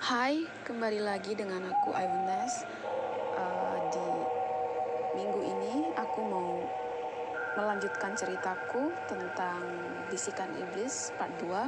Hai, kembali lagi dengan aku Ivanes. Di minggu ini aku mau melanjutkan ceritaku tentang Bisikan Iblis part 2,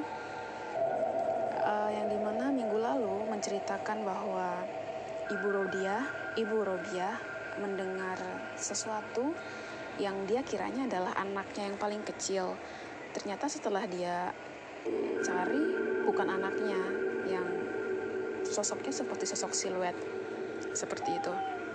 yang dimana minggu lalu menceritakan bahwa Ibu Rodiah mendengar sesuatu yang dia kiranya adalah anaknya yang paling kecil. Ternyata setelah dia cari, bukan anaknya, yang sosoknya seperti sosok siluet seperti itu.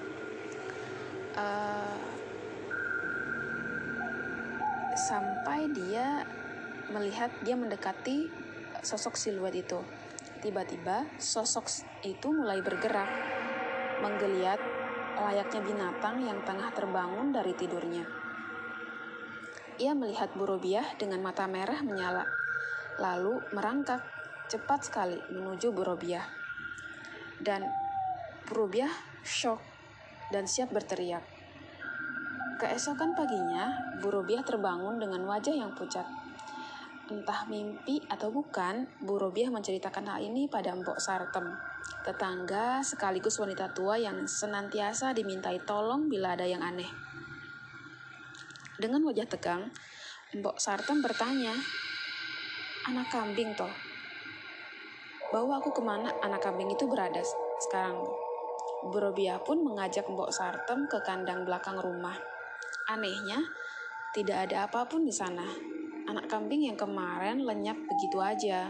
Sampai dia mendekati sosok siluet itu. Tiba-tiba sosok itu mulai bergerak, menggeliat layaknya binatang yang tengah terbangun dari tidurnya. Ia melihat Bu Robiah dengan mata merah menyala, lalu merangkak cepat sekali menuju Bu Robiah. Dan Bu Robiah shock dan siap berteriak. Keesokan paginya, Bu Robiah terbangun dengan wajah yang pucat. Entah mimpi atau bukan, Bu Robiah menceritakan hal ini pada Mbok Sartem, tetangga sekaligus wanita tua yang senantiasa dimintai tolong bila ada yang aneh. Dengan wajah tegang, Mbok Sartem bertanya, "Anak kambing toh? Bawa aku kemana anak kambing itu berada sekarang?" Bu Robiah pun mengajak Mbok Sartem ke kandang belakang rumah. Anehnya, tidak ada apapun di sana. Anak kambing yang kemarin lenyap begitu aja.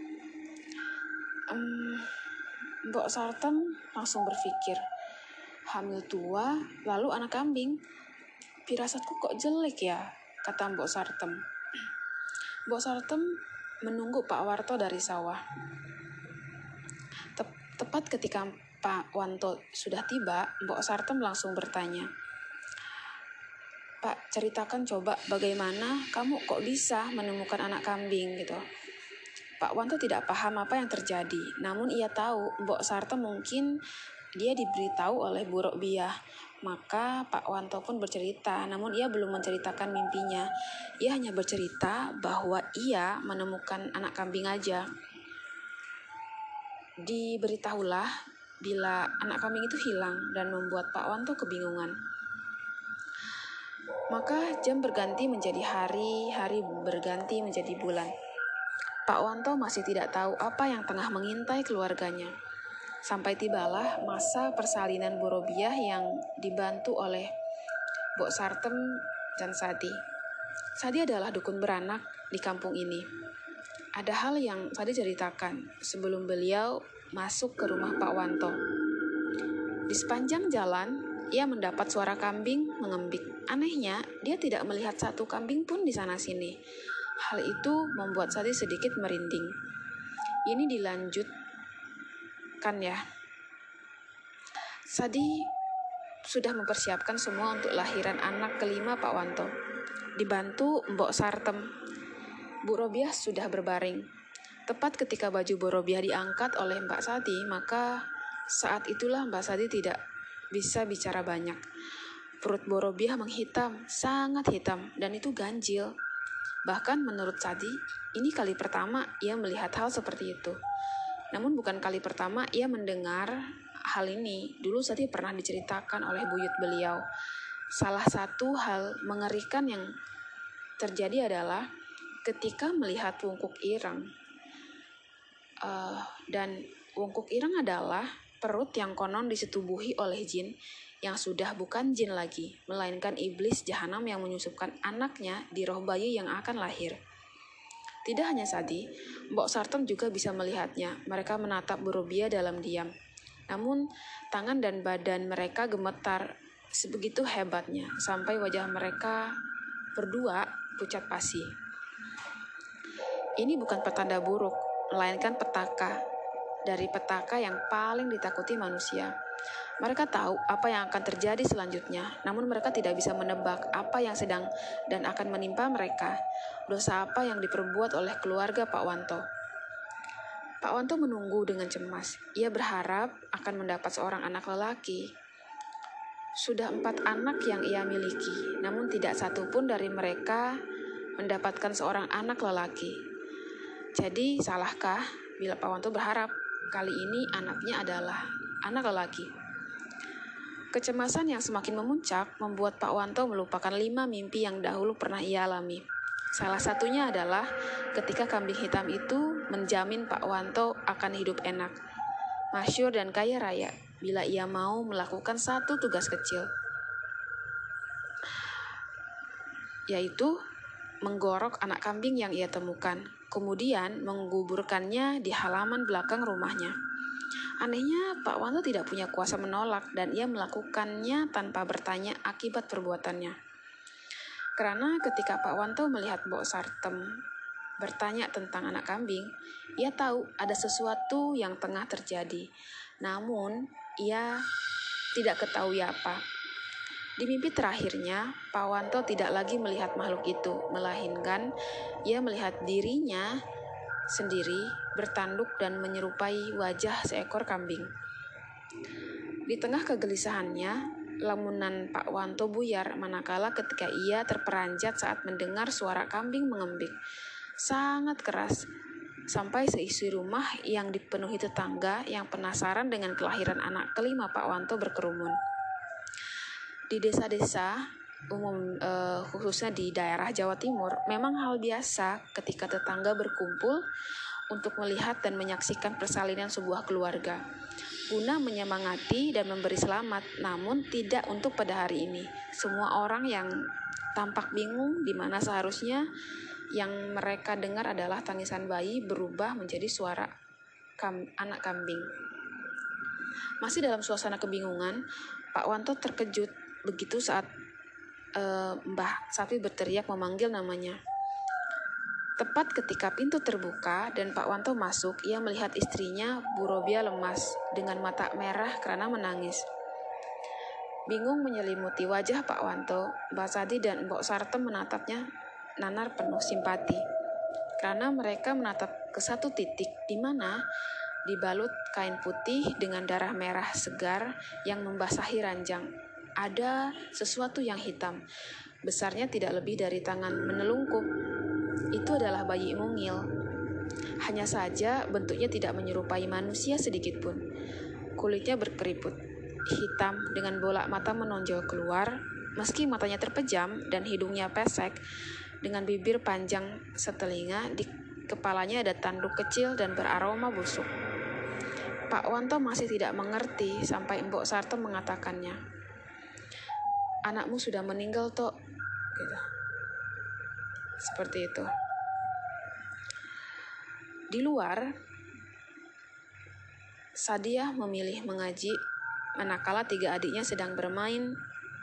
Mbok Sartem langsung berpikir, hamil tua, lalu anak kambing. Firasatku kok jelek ya, kata Mbok Sartem. Mbok Sartem menunggu Pak Warto dari sawah. Tepat ketika Pak Wanto sudah tiba, Mbok Sartem langsung bertanya, "Pak, ceritakan coba bagaimana kamu kok bisa menemukan anak kambing gitu." Pak Wanto tidak paham apa yang terjadi, namun ia tahu Mbok Sartem mungkin dia diberitahu oleh Bu Robiah. Maka Pak Wanto pun bercerita, namun ia belum menceritakan mimpinya. Ia hanya bercerita bahwa ia menemukan anak kambing aja. Diberitahulah bila anak kambing itu hilang dan membuat Pak Wanto kebingungan. Maka jam berganti menjadi hari, hari berganti menjadi bulan. Pak Wanto masih tidak tahu apa yang tengah mengintai keluarganya. Sampai tibalah masa persalinan Bu Robiah yang dibantu oleh Mbok Sartem dan Sadi. Sadi adalah dukun beranak di kampung ini. Ada hal yang Sadi ceritakan sebelum beliau masuk ke rumah Pak Wanto. Di sepanjang jalan, ia mendapat suara kambing mengembik. Anehnya, dia tidak melihat satu kambing pun di sana-sini. Hal itu membuat Sadi sedikit merinding. Ini dilanjutkan ya. Sadi sudah mempersiapkan semua untuk lahiran anak kelima Pak Wanto. Dibantu Mbok Sartem. Bu Robiah sudah berbaring. Tepat ketika baju Bu Robiah diangkat oleh Mbak Sadi, maka saat itulah Mbak Sadi tidak bisa bicara banyak. Perut Bu Robiah menghitam, sangat hitam, dan itu ganjil. Bahkan menurut Sadi, ini kali pertama ia melihat hal seperti itu. Namun bukan kali pertama ia mendengar hal ini. Dulu Sadi pernah diceritakan oleh buyut beliau. Salah satu hal mengerikan yang terjadi adalah ketika melihat wungkuk ireng. Dan wungkuk ireng adalah perut yang konon disetubuhi oleh jin yang sudah bukan jin lagi, melainkan iblis jahanam yang menyusupkan anaknya di roh bayi yang akan lahir. Tidak hanya Sadi, Mbok Sartem juga bisa melihatnya. Mereka menatap Bu Robiah dalam diam. Namun, tangan dan badan mereka gemetar sebegitu hebatnya, sampai wajah mereka berdua pucat pasi. Ini bukan petanda buruk, melainkan petaka dari petaka yang paling ditakuti manusia. Mereka tahu apa yang akan terjadi selanjutnya, namun mereka tidak bisa menebak apa yang sedang dan akan menimpa mereka. Dosa apa yang diperbuat oleh keluarga Pak Wanto. Pak Wanto menunggu dengan cemas. Ia berharap akan mendapat seorang anak lelaki. Sudah 4 anak yang ia miliki, namun tidak satu pun dari mereka mendapatkan seorang anak lelaki. Jadi salahkah bila Pak Wanto berharap? Kali ini anaknya adalah anak lelaki. Kecemasan yang semakin memuncak membuat Pak Wanto melupakan 5 mimpi yang dahulu pernah ia alami. Salah satunya adalah ketika kambing hitam itu menjamin Pak Wanto akan hidup enak, masyhur dan kaya raya bila ia mau melakukan satu tugas kecil, yaitu menggorok anak kambing yang ia temukan, kemudian menguburkannya di halaman belakang rumahnya. Anehnya, Pak Wanto tidak punya kuasa menolak dan ia melakukannya tanpa bertanya akibat perbuatannya. Karena ketika Pak Wanto melihat Mbok Sartem bertanya tentang anak kambing, ia tahu ada sesuatu yang tengah terjadi. Namun, ia tidak ketahui apa. Di mimpi terakhirnya, Pak Wanto tidak lagi melihat makhluk itu, melainkan ia melihat dirinya sendiri bertanduk dan menyerupai wajah seekor kambing. Di tengah kegelisahannya, lamunan Pak Wanto buyar manakala ketika ia terperanjat saat mendengar suara kambing mengembik sangat keras, sampai seisi rumah yang dipenuhi tetangga yang penasaran dengan kelahiran anak kelima Pak Wanto berkerumun. Di desa-desa umum, khususnya di daerah Jawa Timur, memang hal biasa ketika tetangga berkumpul untuk melihat dan menyaksikan persalinan sebuah keluarga, guna menyemangati dan memberi selamat. Namun tidak untuk pada hari ini. Semua orang yang tampak bingung di mana seharusnya yang mereka dengar adalah tangisan bayi berubah menjadi suara anak kambing. Masih dalam suasana kebingungan, Pak Wanto terkejut begitu saat Mbah Sapi berteriak memanggil namanya. Tepat ketika pintu terbuka dan Pak Wanto masuk, ia melihat istrinya, Bu Robiah, lemas dengan mata merah karena menangis. Bingung menyelimuti wajah Pak Wanto, Mbak Sadi dan Mbok Sartem menatapnya nanar penuh simpati. Karena mereka menatap ke satu titik di mana dibalut kain putih dengan darah merah segar yang membasahi ranjang. Ada sesuatu yang hitam, besarnya tidak lebih dari tangan menelungkup. Itu adalah bayi mungil. Hanya saja bentuknya tidak menyerupai manusia sedikit pun. Kulitnya berkeriput hitam dengan bola mata menonjol keluar, meski matanya terpejam dan hidungnya pesek, dengan bibir panjang setelinga. Di kepalanya ada tanduk kecil dan beraroma busuk. Pak Wanto masih tidak mengerti sampai Mbok Sartem mengatakannya. Anakmu sudah meninggal, Tok. Gitu. Seperti itu. Di luar, Sadiah memilih mengaji manakala 3 adiknya sedang bermain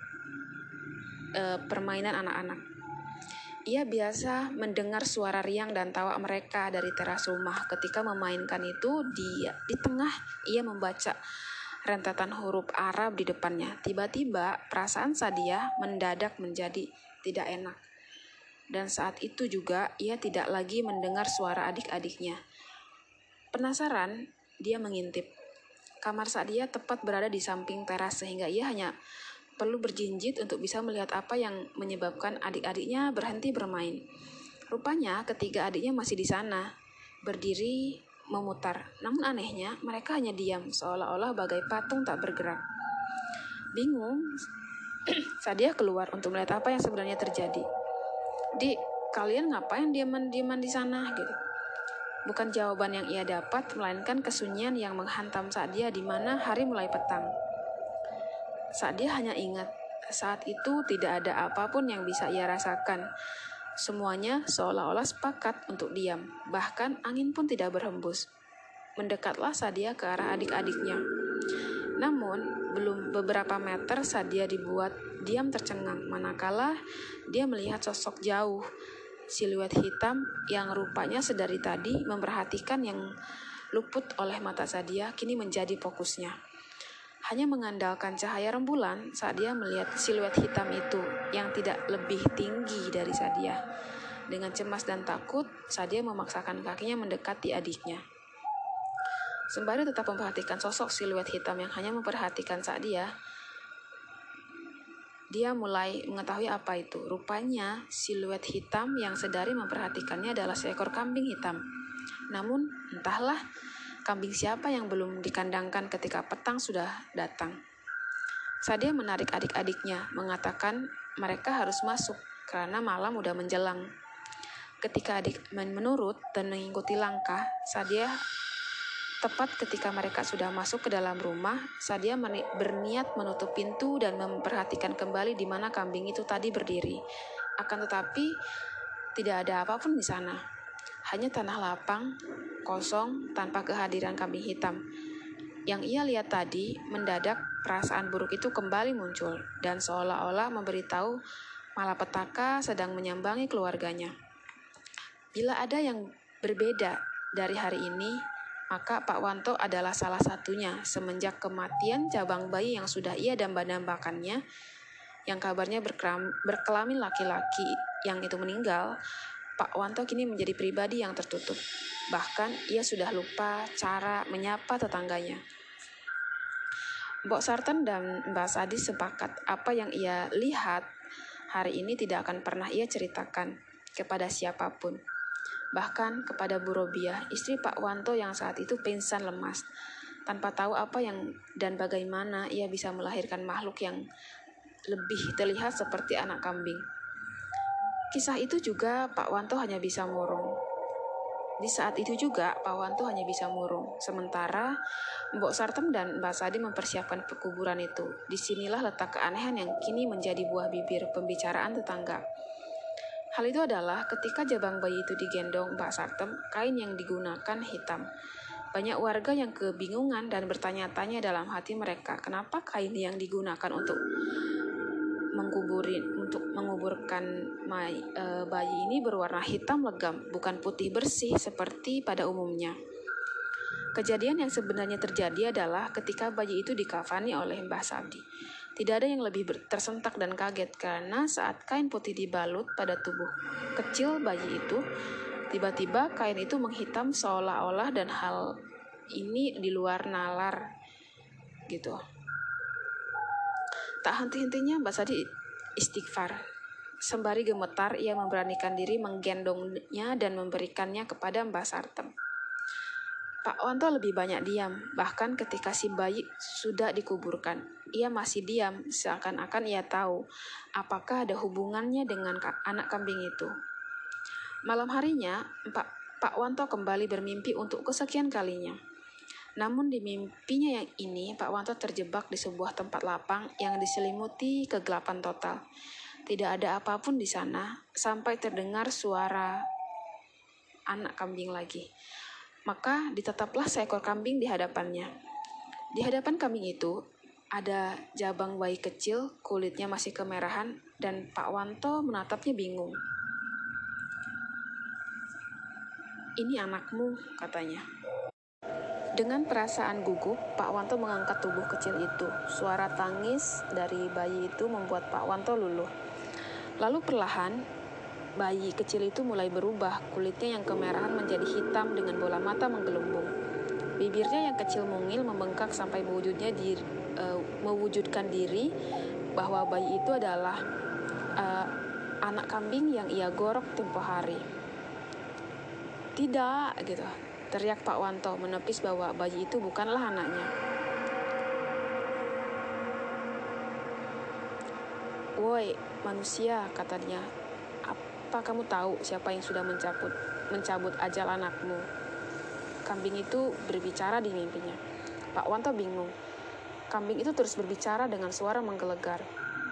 permainan anak-anak. Ia biasa mendengar suara riang dan tawa mereka dari teras rumah. Ketika memainkan itu, di tengah ia membaca rentetan huruf Arab di depannya. Tiba-tiba perasaan Sadiah mendadak menjadi tidak enak. Dan saat itu juga ia tidak lagi mendengar suara adik-adiknya. Penasaran, dia mengintip. Kamar Sadiah tepat berada di samping teras sehingga ia hanya perlu berjinjit untuk bisa melihat apa yang menyebabkan adik-adiknya berhenti bermain. Rupanya ketiga adiknya masih di sana, berdiri memutar. Namun anehnya mereka hanya diam, seolah-olah bagai patung tak bergerak. Bingung, Sadiah keluar untuk melihat apa yang sebenarnya terjadi. Di, kalian ngapain diaman-diaman di sana? Gitu. Bukan jawaban yang ia dapat, melainkan kesunyian yang menghantam Sadiah di mana hari mulai petang. Sadiah hanya ingat, saat itu tidak ada apapun yang bisa ia rasakan. Semuanya seolah-olah sepakat untuk diam, bahkan angin pun tidak berhembus. Mendekatlah Sadiah ke arah adik-adiknya. Namun, belum beberapa meter Sadiah dibuat diam tercengang, manakala dia melihat sosok jauh, siluet hitam yang rupanya sedari tadi memperhatikan yang luput oleh mata Sadiah kini menjadi fokusnya. Hanya mengandalkan cahaya rembulan, Sadiah melihat siluet hitam itu yang tidak lebih tinggi dari Sadiah. Dengan cemas dan takut, Sadiah memaksakan kakinya mendekati adiknya. Sembari tetap memperhatikan sosok siluet hitam yang hanya memperhatikan Sadiah, dia mulai mengetahui apa itu. Rupanya siluet hitam yang sedari memperhatikannya adalah seekor kambing hitam. Namun entahlah, Kambing siapa yang belum dikandangkan ketika petang sudah datang? Sadia menarik adik-adiknya, mengatakan mereka harus masuk karena malam udah menjelang. Ketika adik menurut dan mengikuti langkah Sadia, tepat ketika mereka sudah masuk ke dalam rumah, Sadia berniat menutup pintu dan memperhatikan kembali di mana kambing itu tadi berdiri. Akan tetapi, tidak ada apapun di sana. Hanya tanah lapang, kosong, tanpa kehadiran kambing hitam. Yang ia lihat tadi, mendadak perasaan buruk itu kembali muncul dan seolah-olah memberitahu malapetaka sedang menyambangi keluarganya. Bila ada yang berbeda dari hari ini, maka Pak Wanto adalah salah satunya. Semenjak kematian cabang bayi yang sudah ia damba-dambakannya, yang kabarnya berkelamin laki-laki yang itu meninggal, Pak Wanto kini menjadi pribadi yang tertutup. Bahkan ia sudah lupa cara menyapa tetangganya. Mbok Sarten dan Mbak Sadi sepakat apa yang ia lihat hari ini tidak akan pernah ia ceritakan kepada siapapun. Bahkan kepada Bu Robiah, istri Pak Wanto yang saat itu pingsan lemas, tanpa tahu apa yang dan bagaimana ia bisa melahirkan makhluk yang lebih terlihat seperti anak kambing. Kisah itu juga Pak Wanto hanya bisa murung. Di saat itu juga Pak Wanto hanya bisa murung. Sementara Mbok Sartem dan Mbak Sadi mempersiapkan pekuburan itu. Disinilah letak keanehan yang kini menjadi buah bibir pembicaraan tetangga. Hal itu adalah ketika jabang bayi itu digendong Mbak Sartem, kain yang digunakan hitam. Banyak warga yang kebingungan dan bertanya-tanya dalam hati mereka, kenapa kain yang digunakan untuk menguburkan bayi ini berwarna hitam legam, bukan putih bersih seperti pada umumnya. Kejadian yang sebenarnya terjadi adalah ketika bayi itu dikafani oleh Mbah Sabdi. Tidak ada yang lebih tersentak dan kaget karena saat kain putih dibalut pada tubuh kecil bayi itu, tiba-tiba kain itu menghitam seolah-olah dan hal ini di luar nalar gitu. Tak henti-hentinya Mbak Sadi istighfar. Sembari gemetar, ia memberanikan diri menggendongnya dan memberikannya kepada Mbak Sartem. Pak Wanto lebih banyak diam, bahkan ketika si bayi sudah dikuburkan. Ia masih diam, seakan-akan ia tahu apakah ada hubungannya dengan anak kambing itu. Malam harinya, Pak Wanto kembali bermimpi untuk kesekian kalinya. Namun di mimpinya yang ini, Pak Wanto terjebak di sebuah tempat lapang yang diselimuti kegelapan total. Tidak ada apapun di sana, sampai terdengar suara anak kambing lagi. Maka ditetaplah seekor kambing di hadapannya. Di hadapan kambing itu, ada jabang bayi kecil, kulitnya masih kemerahan, dan Pak Wanto menatapnya bingung. Ini anakmu, katanya. Dengan perasaan gugup, Pak Wanto mengangkat tubuh kecil itu. Suara tangis dari bayi itu membuat Pak Wanto luluh. Lalu perlahan, bayi kecil itu mulai berubah. Kulitnya yang kemerahan menjadi hitam dengan bola mata menggelembung. Bibirnya yang kecil mungil membengkak sampai mewujudkan diri bahwa bayi itu adalah anak kambing yang ia gorok tempo hari. Tidak, gitu, teriak Pak Wanto menepis bahwa bayi itu bukanlah anaknya. Woi, manusia, katanya. Apa kamu tahu siapa yang sudah mencabut ajal anakmu? Kambing itu berbicara di mimpinya. Pak Wanto bingung. Kambing itu terus berbicara dengan suara menggelegar.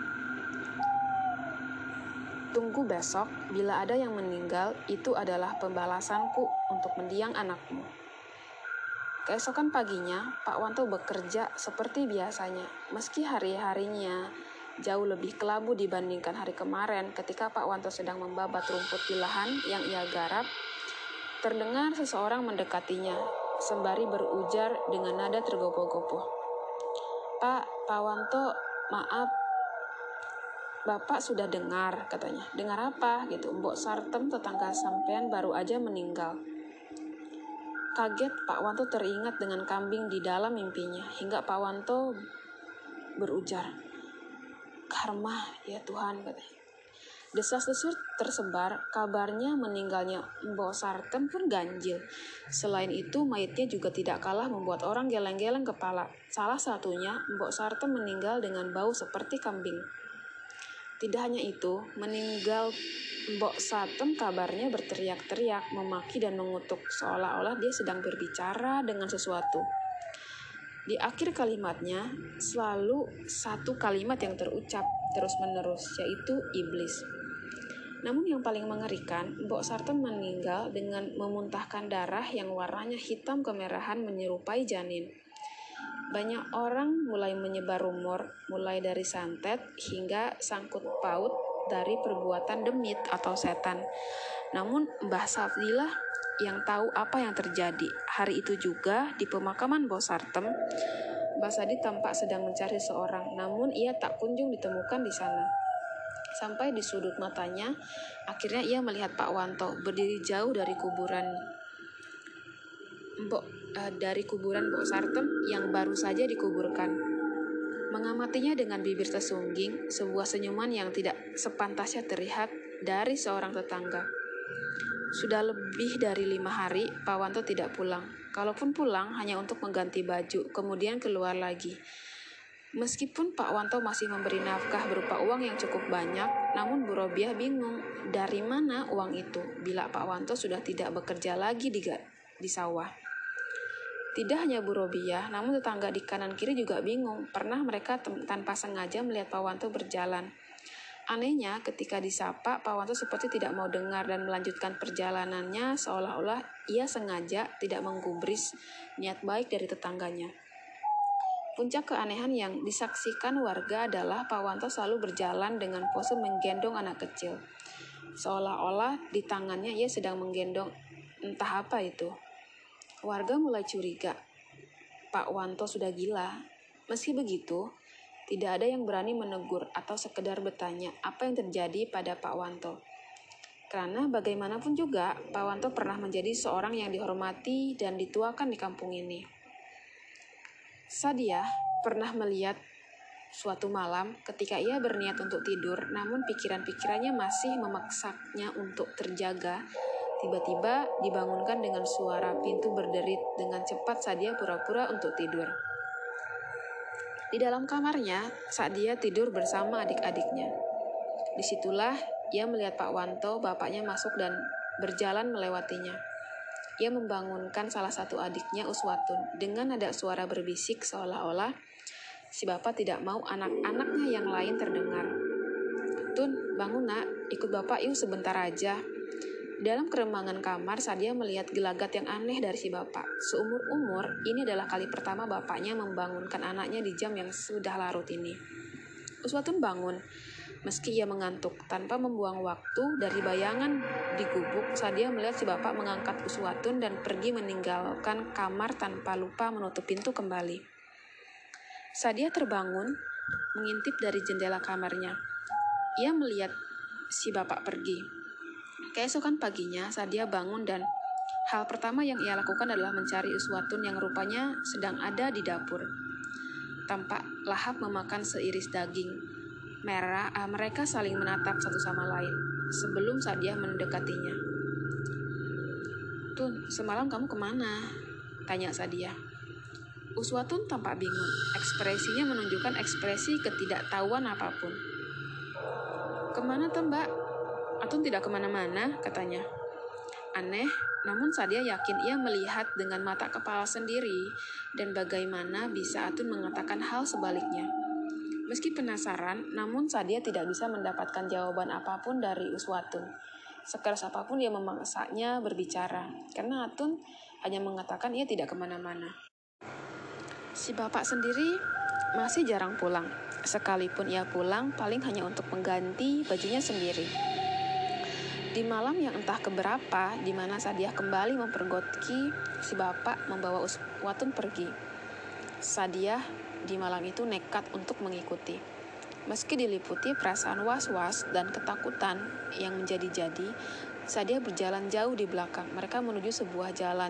Tunggu besok, bila ada yang meninggal, itu adalah pembalasanku untuk mendiang anakmu. Keesokan paginya, Pak Wanto bekerja seperti biasanya, meski hari-harinya jauh lebih kelabu dibandingkan hari kemarin ketika Pak Wanto sedang membabat rumput di lahan yang ia garap. Terdengar seseorang mendekatinya, sembari berujar dengan nada tergopoh-gopoh. Pak Wanto, maaf, Bapak sudah dengar, katanya. Dengar apa? Gitu. Mbok Sartem tetangga sampean baru aja meninggal. Kaget, Pak Wanto teringat dengan kambing di dalam mimpinya, hingga Pak Wanto berujar, karma, ya Tuhan, katanya. Desas-desus tersebar, kabarnya meninggalnya Mbok Sartem pun ganjil. Selain itu, mayatnya juga tidak kalah membuat orang geleng-geleng kepala. Salah satunya, Mbok Sartem meninggal dengan bau seperti kambing. Tidak hanya itu, meninggal Mbok Sartem kabarnya berteriak-teriak, memaki dan mengutuk, seolah-olah dia sedang berbicara dengan sesuatu. Di akhir kalimatnya, selalu satu kalimat yang terucap terus-menerus, yaitu iblis. Namun yang paling mengerikan, Mbok Sartem meninggal dengan memuntahkan darah yang warnanya hitam kemerahan menyerupai janin. Banyak orang mulai menyebar rumor, mulai dari santet hingga sangkut paut dari perbuatan demit atau setan. Namun Mbah Safdilah yang tahu apa yang terjadi. Hari itu juga di pemakaman Mbok Sartem, Mbah Sadi tampak sedang mencari seorang, namun ia tak kunjung ditemukan di sana. Sampai di sudut matanya, akhirnya ia melihat Pak Wanto berdiri jauh dari kuburan Mbok Sartem yang baru saja dikuburkan. Mengamatinya dengan bibir tersungging, sebuah senyuman yang tidak sepantasnya terlihat dari seorang tetangga. Sudah lebih dari 5 hari, Pak Wanto tidak pulang. Kalaupun pulang, hanya untuk mengganti baju, kemudian keluar lagi. Meskipun Pak Wanto masih memberi nafkah berupa uang yang cukup banyak, namun Bu Robiah bingung dari mana uang itu bila Pak Wanto sudah tidak bekerja lagi di sawah. Tidak hanya Bu Robiah, namun tetangga di kanan kiri juga bingung. Pernah mereka tanpa sengaja melihat Pak Wanto berjalan. Anehnya, ketika disapa, Pak Wanto seperti tidak mau dengar dan melanjutkan perjalanannya seolah-olah ia sengaja tidak menggubris niat baik dari tetangganya. Puncak keanehan yang disaksikan warga adalah Pak Wanto selalu berjalan dengan pose menggendong anak kecil. Seolah-olah di tangannya ia sedang menggendong entah apa itu. Warga mulai curiga, Pak Wanto sudah gila. Meski begitu, tidak ada yang berani menegur atau sekedar bertanya apa yang terjadi pada Pak Wanto. Karena bagaimanapun juga, Pak Wanto pernah menjadi seorang yang dihormati dan dituakan di kampung ini. Sadia pernah melihat suatu malam ketika ia berniat untuk tidur, namun pikiran-pikirannya masih memaksanya untuk terjaga. Tiba-tiba dibangunkan dengan suara pintu berderit. Dengan cepat Sadia pura-pura untuk tidur. Di dalam kamarnya, Sadia tidur bersama adik-adiknya. Disitulah ia melihat Pak Wanto, bapaknya masuk dan berjalan melewatinya. Ia membangunkan salah satu adiknya, Uswatun, dengan nada suara berbisik seolah-olah si bapak tidak mau anak-anaknya yang lain terdengar. Tun, bangun nak, ikut bapak yuk sebentar aja. Dalam keremangan kamar, Sadia melihat gelagat yang aneh dari si bapak. Seumur-umur, ini adalah kali pertama bapaknya membangunkan anaknya di jam yang sudah larut ini. Uswatun bangun. Meski ia mengantuk, tanpa membuang waktu dari bayangan di gubuk, Sadia melihat si bapak mengangkat Uswatun dan pergi meninggalkan kamar tanpa lupa menutup pintu kembali. Sadia terbangun, mengintip dari jendela kamarnya. Ia melihat si bapak pergi. Keesokan paginya, Sadia bangun dan hal pertama yang ia lakukan adalah mencari Uswatun yang rupanya sedang ada di dapur. Tampak lahap memakan seiris daging merah, mereka saling menatap satu sama lain sebelum Sadia mendekatinya. Tun, semalam kamu kemana? Tanya Sadia. Uswatun tampak bingung. Ekspresinya menunjukkan ekspresi ketidaktahuan apapun. Kemana tuh mbak? Atun tidak kemana-mana, katanya. Aneh, namun Sadia yakin ia melihat dengan mata kepala sendiri dan bagaimana bisa Atun mengatakan hal sebaliknya. Meski penasaran, namun Sadia tidak bisa mendapatkan jawaban apapun dari Uswatun. Sekeras apapun ia memaksanya berbicara, karena Atun hanya mengatakan ia tidak kemana-mana. Si bapak sendiri masih jarang pulang. Sekalipun ia pulang, paling hanya untuk mengganti bajunya sendiri. Di malam yang entah keberapa, di mana Sadia kembali mempergoki si bapak membawa Uswatun pergi. Sadia di malam itu nekat untuk mengikuti. Meski diliputi perasaan was-was dan ketakutan yang menjadi-jadi, Sadia berjalan jauh di belakang. Mereka menuju sebuah jalan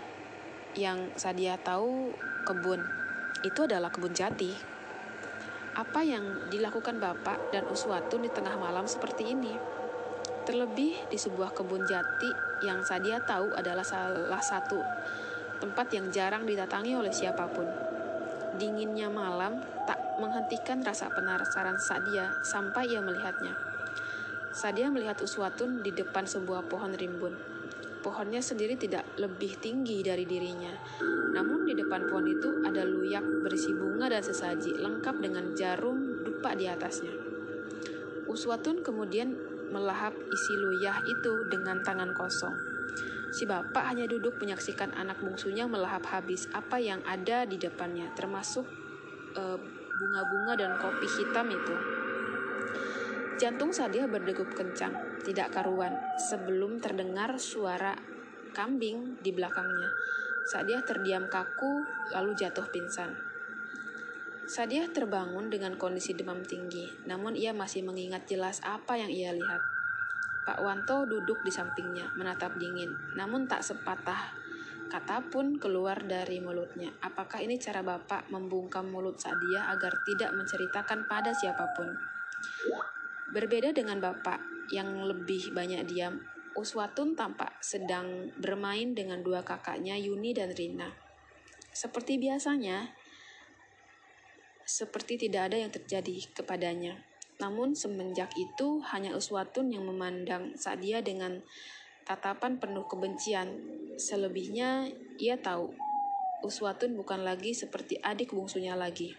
yang Sadia tahu kebun. Itu adalah kebun jati. Apa yang dilakukan Bapak dan Uswatun di tengah malam seperti ini? Terlebih di sebuah kebun jati yang Sadia tahu adalah salah satu tempat yang jarang didatangi oleh siapapun. Dinginnya malam tak menghentikan rasa penasaran Sadia sampai ia melihatnya. Sadia melihat Uswatun di depan sebuah pohon rimbun. Pohonnya sendiri tidak lebih tinggi dari dirinya. Namun di depan pohon itu ada luyak berisi bunga dan sesaji, lengkap dengan jarum dupa di atasnya. Uswatun kemudian melahap isi luyah itu dengan tangan kosong. Si bapak hanya duduk menyaksikan anak bungsunya melahap habis apa yang ada di depannya, termasuk bunga-bunga dan kopi hitam itu. Jantung Sadia berdegup kencang, tidak karuan, sebelum terdengar suara kambing di belakangnya. Sadia terdiam kaku, lalu jatuh pingsan. Sadia terbangun dengan kondisi demam tinggi, namun ia masih mengingat jelas apa yang ia lihat. Pak Wanto duduk di sampingnya, menatap dingin, namun tak sepatah kata pun keluar dari mulutnya. Apakah ini cara Bapak membungkam mulut Sadia agar tidak menceritakan pada siapapun? Berbeda dengan Bapak yang lebih banyak diam, Uswatun tampak sedang bermain dengan dua kakaknya Yuni dan Rina. Seperti biasanya, seperti tidak ada yang terjadi kepadanya. Namun semenjak itu hanya Uswatun yang memandang Sadia dengan tatapan penuh kebencian. Selebihnya ia tahu Uswatun bukan lagi seperti adik bungsunya lagi.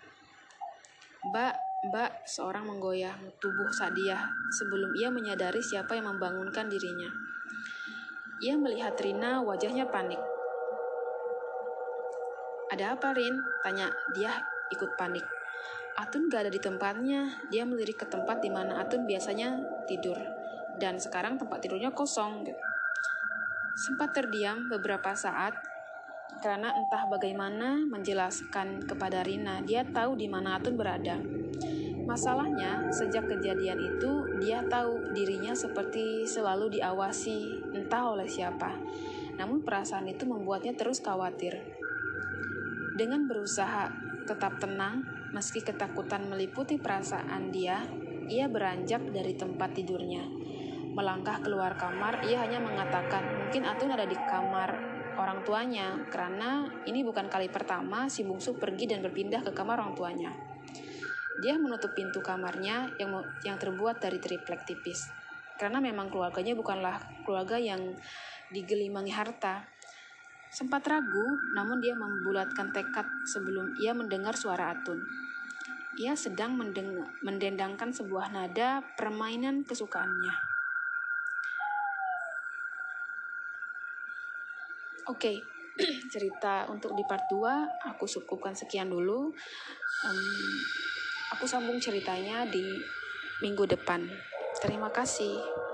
Mbak, seorang menggoyang tubuh Sadia sebelum ia menyadari siapa yang membangunkan dirinya. Ia melihat Rina, wajahnya panik. Ada apa, Rin? Tanya dia ikut panik. Atun gak ada di tempatnya. Dia melirik ke tempat di mana Atun biasanya tidur. Dan sekarang tempat tidurnya kosong. Sempat terdiam beberapa saat karena entah bagaimana menjelaskan kepada Rina. Dia tahu di mana Atun berada. Masalahnya, sejak kejadian itu, dia tahu dirinya seperti selalu diawasi, entah oleh siapa. Namun perasaan itu membuatnya terus khawatir. Dengan berusaha tetap tenang, meski ketakutan meliputi perasaan dia, ia beranjak dari tempat tidurnya. Melangkah keluar kamar, ia hanya mengatakan, mungkin Atun ada di kamar orang tuanya, karena ini bukan kali pertama si bungsu pergi dan berpindah ke kamar orang tuanya. Dia menutup pintu kamarnya yang terbuat dari triplek tipis. Karena memang keluarganya bukanlah keluarga yang digelimangi harta. Sempat ragu, namun dia membulatkan tekad sebelum ia mendengar suara Atun. Ia sedang mendendangkan sebuah nada permainan kesukaannya. Oke, cerita untuk di part 2 aku cukupkan sekian dulu. Aku sambung ceritanya di minggu depan. Terima kasih.